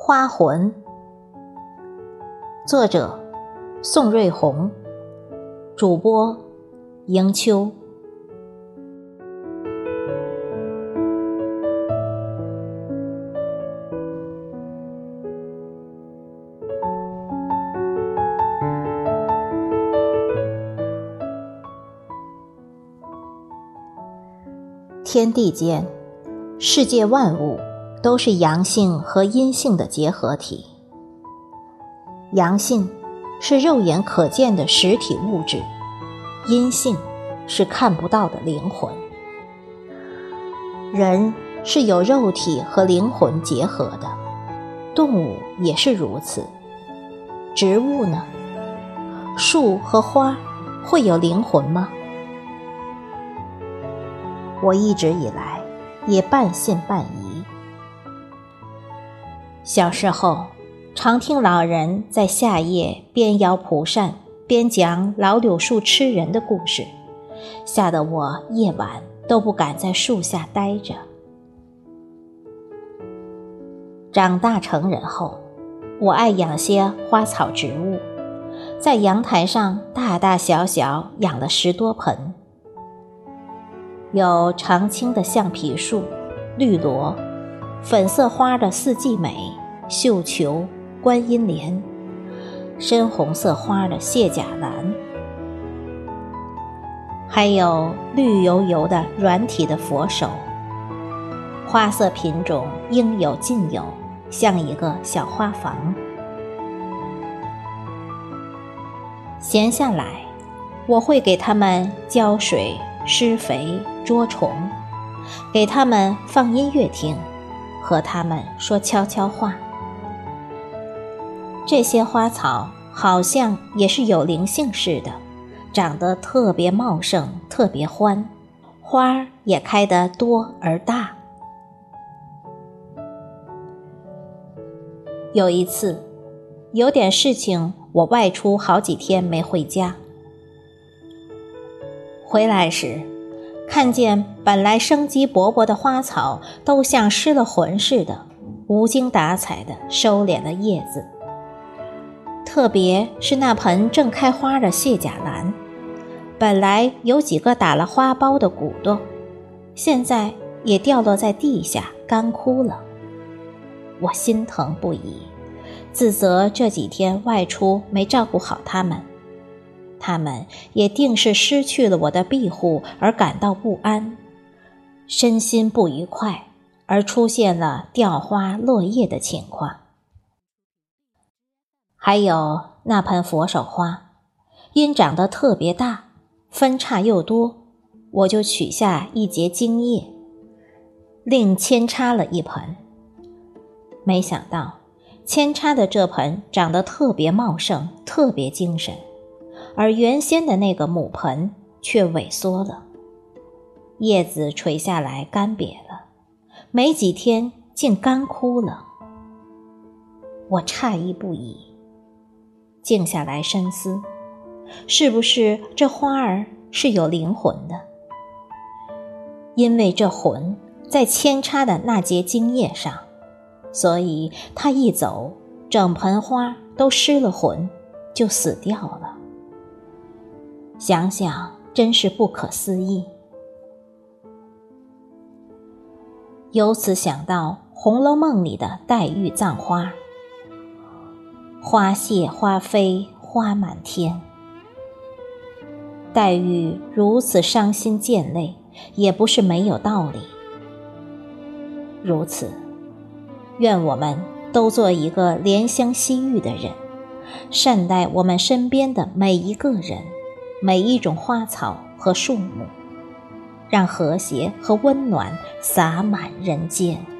花魂，作者宋瑞红，主播迎秋。天地间，世界万物都是阳性和阴性的结合体。阳性是肉眼可见的实体物质，阴性是看不到的灵魂。人是有肉体和灵魂结合的，动物也是如此。植物呢？树和花会有灵魂吗？我一直以来也半信半疑。小时候常听老人在夏夜边摇蒲扇边讲老柳树吃人的故事，吓得我夜晚都不敢在树下待着。长大成人后，我爱养些花草植物，在阳台上大大小小养了10多盆，有常青的橡皮树、绿萝，粉色花的四季美、绣球、观音莲，深红色花的蟹甲兰，还有绿油油的软体的佛手。花色品种应有尽有，像一个小花房。闲下来，我会给它们浇水、施肥、捉虫，给它们放音乐听，和它们说悄悄话。这些花草好像也是有灵性似的，长得特别茂盛，特别欢，花也开得多而大。有一次，有点事情，我外出好几天没回家。回来时，看见本来生机勃勃的花草都像失了魂似的，无精打采地收敛了叶子。特别是那盆正开花的蟹甲兰，本来有几个打了花苞的骨朵，现在也掉落在地下干枯了。我心疼不已，自责这几天外出没照顾好它们，他们也定是失去了我的庇护而感到不安，身心不愉快，而出现了掉花落叶的情况。还有那盆佛手花，因长得特别大，分叉又多，我就取下一节茎叶，另扦插了一盆。没想到扦插的这盆长得特别茂盛，特别精神，而原先的那个母盆却萎缩了，叶子垂下来干瘪了，没几天竟干枯了。我诧异不已，静下来深思，是不是这花儿是有灵魂的？因为这魂在扦插的那节茎叶上，所以它一走，整盆花都失了魂，就死掉了。想想真是不可思议。由此想到《红楼梦》里的黛玉葬花，花谢花飞花满天。黛玉如此伤心见泪，也不是没有道理。如此，愿我们都做一个怜香惜玉的人，善待我们身边的每一个人，每一种花草和树木，让和谐和温暖洒满人间。